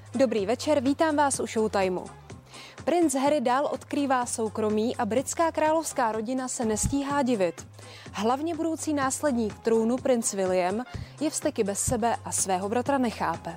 Dobrý večer, vítám vás u Showtimeu. Princ Harry dál odkrývá soukromí a britská královská rodina se nestíhá divit. Hlavně budoucí následník trůnu princ William je vzteky bez sebe a svého bratra nechápe.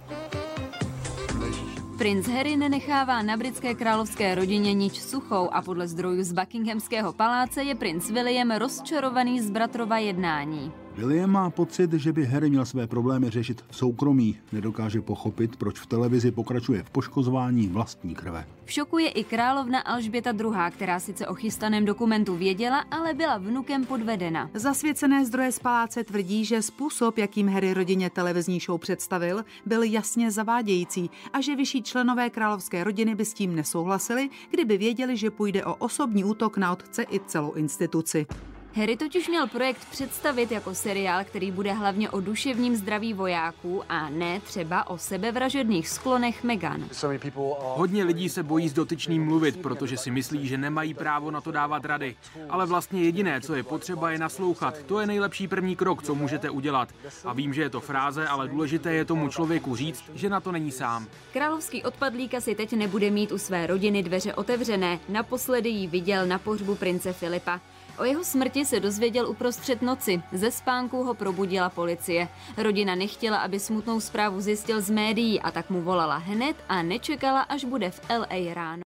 Princ Harry nenechává na britské královské rodině nič suchou a podle zdrojů z Buckinghamského paláce je princ William rozčarovaný z bratrova jednání. William má pocit, že by Harry měl své problémy řešit v soukromí. Nedokáže pochopit, proč v televizi pokračuje v poškozování vlastní krve. V šoku je i královna Alžběta II., která sice o chystaném dokumentu věděla, ale byla vnukem podvedena. Zasvěcené zdroje z paláce tvrdí, že způsob, jakým Harry rodině televizní show představil, byl jasně zavádějící a že vyšší členové královské rodiny by s tím nesouhlasili, kdyby věděli, že půjde o osobní útok na otce i celou instituci. Harry totiž měl projekt představit jako seriál, který bude hlavně o duševním zdraví vojáků a ne třeba o sebevražedných sklonech Meghan. Hodně lidí se bojí s dotyčným mluvit, protože si myslí, že nemají právo na to dávat rady. Ale vlastně jediné, co je potřeba, je naslouchat. To je nejlepší první krok, co můžete udělat. A vím, že je to fráze, ale důležité je tomu člověku říct, že na to není sám. Královský odpadlík asi teď nebude mít u své rodiny dveře otevřené. Naposledy ji viděl na pohřbu prince Filipa. O jeho smrti se dozvěděl uprostřed noci. Ze spánku ho probudila policie. Rodina nechtěla, aby smutnou zprávu zjistil z médií a tak mu volala hned a nečekala, až bude v LA ráno.